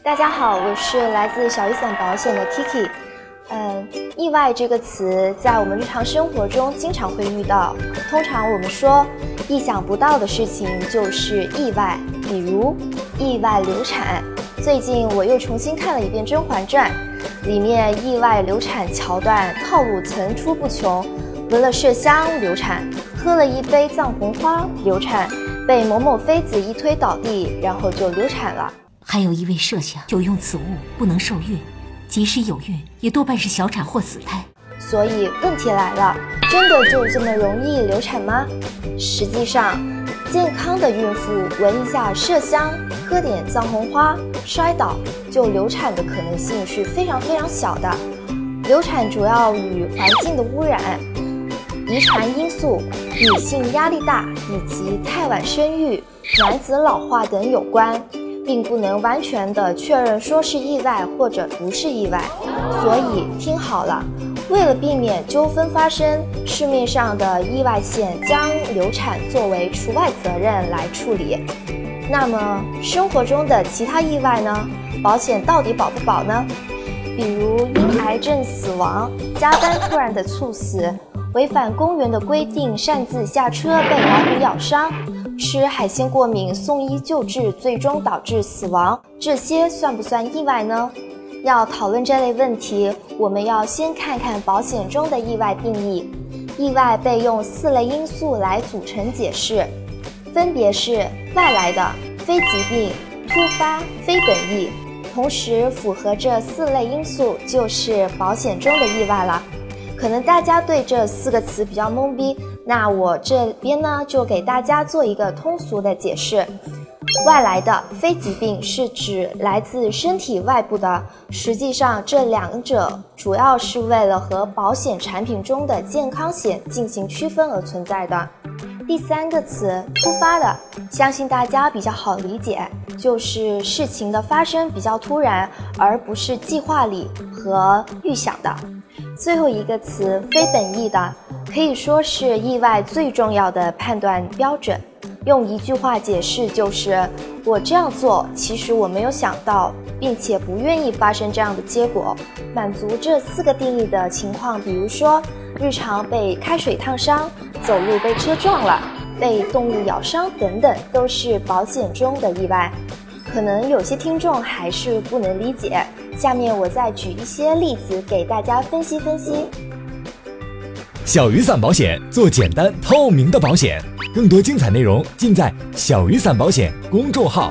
大家好，我是来自小雨伞保险的 Kiki。意外这个词在我们日常生活中经常会遇到。通常我们说意想不到的事情就是意外，比如意外流产。最近我又重新看了一遍《甄嬛传》，里面意外流产桥段套路层出不穷，闻了麝香流产，喝了一杯藏红花流产，被某某妃子一推倒地，然后就流产了。 还有一位设想有用此物不能受孕，即使有孕也多半是小产或死胎。 所以问题来了，真的就这么容易流产吗？实际上，健康的孕妇闻一下麝香，喝点藏红花，摔倒就流产的可能性是非常非常小的。流产主要与环境的污染、遗传因素、女性压力大以及太晚生育、男子老化等有关，并不能完全的确认说是意外或者不是意外。所以听好了，为了避免纠纷发生，市面上的意外险将流产作为除外责任来处理。那么生活中的其他意外呢？保险到底保不保呢？比如因癌症死亡、加班突然的猝死、违反公园的规定擅自下车被老虎咬伤、吃海鲜过敏送医救治最终导致死亡，这些算不算意外呢？要讨论这类问题，我们要先看看保险中的意外定义。意外被用4类因素来组成解释，分别是外来的、非疾病、突发、非本意。同时符合这4类因素就是保险中的意外了。可能大家对这4个词比较懵逼，那我这边呢就给大家做一个通俗的解释。外来的非疾病是指来自身体外部的，实际上这两者主要是为了和保险产品中的健康险进行区分而存在的。第3个词突发的，相信大家比较好理解，就是事情的发生比较突然，而不是计划里和预想的。最后一个词非本意的，可以说是意外最重要的判断标准。用一句话解释就是，我这样做其实我没有想到，并且不愿意发生这样的结果。满足这4个定义的情况，比如说日常被开水烫伤、走路被车撞了、被动物咬伤等等，都是保险中的意外。可能有些听众还是不能理解，下面我再举一些例子给大家分析分析。 小雨伞保险，做简单透明的保险，更多精彩内容尽在小雨伞保险公众号。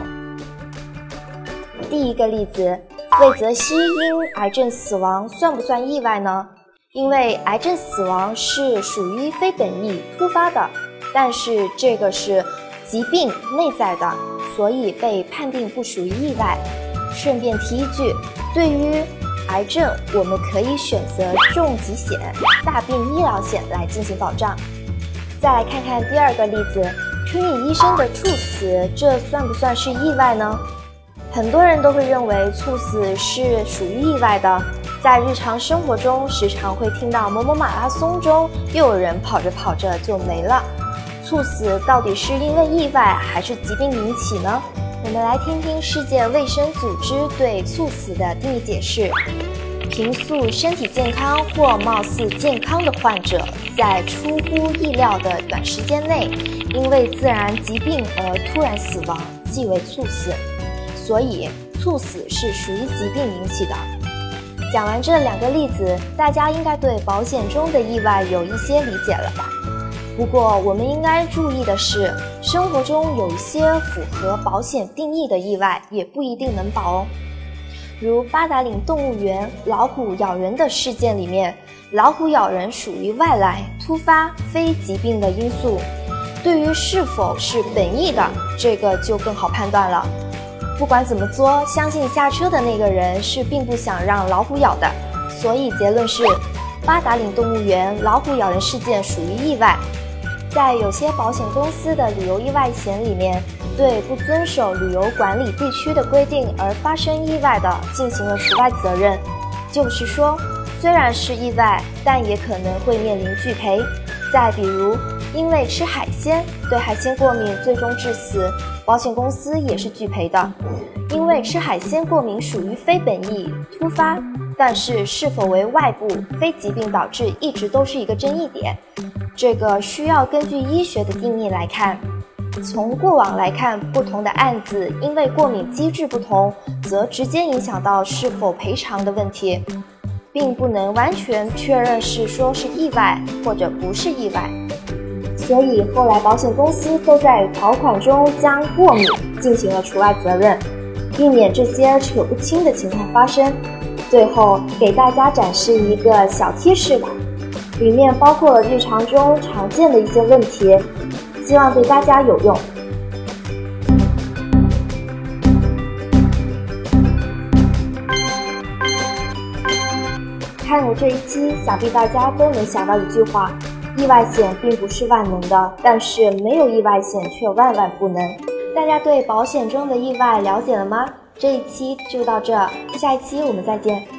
第一个例子，魏则西因癌症死亡算不算意外呢？因为癌症死亡是属于非本意突发的，但是这个是疾病内在的，所以被判定不属于意外。顺便提一句，对于癌症我们可以选择重疾险、大病医疗险来进行保障。再来看看第2个例子，春雨医生的猝死，这算不算是意外呢？很多人都会认为猝死是属于意外的，在日常生活中时常会听到某某马拉松中又有人跑着跑着就没了。猝死到底是因为意外还是疾病引起呢？我们来听听世界卫生组织对猝死的定义解释。平素身体健康或貌似健康的患者，在出乎意料的短时间内，因为自然疾病而突然死亡，即为猝死。所以猝死是属于疾病引起的。讲完这2个例子，大家应该对保险中的意外有一些理解了吧？不过我们应该注意的是，生活中有一些符合保险定义的意外也不一定能保哦。如八达岭动物园老虎咬人的事件里面，老虎咬人属于外来突发非疾病的因素，对于是否是本意的，这个就更好判断了。不管怎么作，相信下车的那个人是并不想让老虎咬的，所以结论是八达岭动物园老虎咬人事件属于意外。在有些保险公司的旅游意外险里面，对不遵守旅游管理地区的规定而发生意外的进行了除外责任。就是说，虽然是意外，但也可能会面临拒赔。再比如，因为吃海鲜对海鲜过敏最终致死，保险公司也是拒赔的。因为因为吃海鲜过敏属于非本意突发，但是否为外部非疾病导致一直都是一个争议点，这个需要根据医学的定义来看。从过往来看，不同的案子因为过敏机制不同，则直接影响到是否赔偿的问题，并不能完全确认是意外或者不是意外。所以后来保险公司都在条款中将过敏进行了除外责任，避免这些扯不清的情况发生。最后给大家展示一个小贴士吧，里面包括了日常中常见的一些问题，希望对大家有用。看了这一期，想必大家都能想到一句话：意外险并不是万能的，但是没有意外险却万万不能。大家对保险中的意外了解了吗？这一期就到这，下一期我们再见。